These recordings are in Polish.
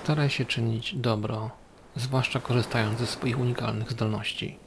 Staraj się czynić dobro, zwłaszcza korzystając ze swoich unikalnych zdolności.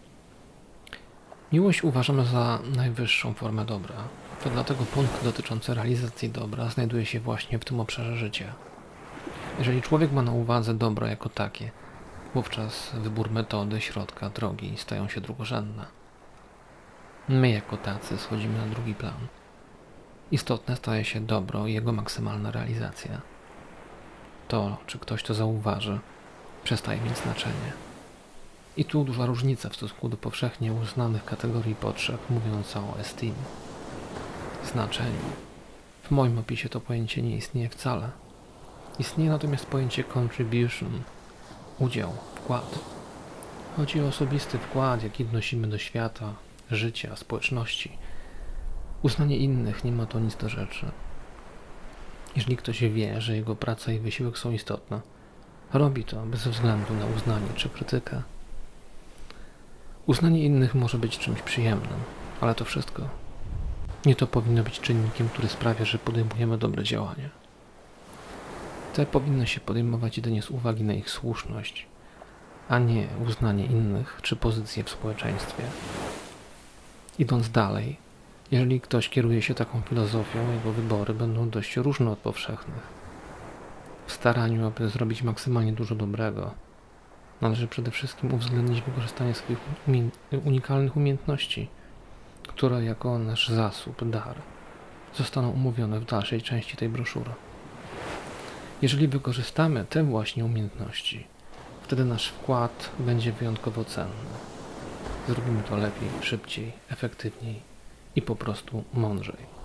Miłość uważamy za najwyższą formę dobra. To dlatego punkt dotyczący realizacji dobra znajduje się właśnie w tym obszarze życia. Jeżeli człowiek ma na uwadze dobro jako takie, wówczas wybór metody, środka, drogi stają się drugorzędne. My jako tacy schodzimy na drugi plan. Istotne staje się dobro i jego maksymalna realizacja. To, czy ktoś to zauważy, przestaje mieć znaczenie. I tu duża różnica w stosunku do powszechnie uznanych kategorii potrzeb, mówiąc o esteem, znaczeniu. W moim opisie to pojęcie nie istnieje wcale. Istnieje natomiast pojęcie contribution, udział, wkład. Chodzi o osobisty wkład, jaki wnosimy do świata, życia, społeczności. Uznanie innych nie ma to nic do rzeczy. Jeżeli ktoś wie, że jego praca i wysiłek są istotne, robi to bez względu na uznanie czy krytykę. Uznanie innych może być czymś przyjemnym, ale to wszystko. Nie to powinno być czynnikiem, który sprawia, że podejmujemy dobre działania. Te powinno się podejmować jedynie z uwagi na ich słuszność, a nie uznanie innych czy pozycję w społeczeństwie. Idąc dalej, jeżeli ktoś kieruje się taką filozofią, jego wybory będą dość różne od powszechnych. W staraniu, aby zrobić maksymalnie dużo dobrego, należy przede wszystkim uwzględnić wykorzystanie swoich unikalnych umiejętności, które jako nasz zasób, dar, zostaną omówione w dalszej części tej broszury. Jeżeli wykorzystamy te właśnie umiejętności, wtedy nasz wkład będzie wyjątkowo cenny. Zrobimy to lepiej, szybciej, efektywniej i po prostu mądrzej.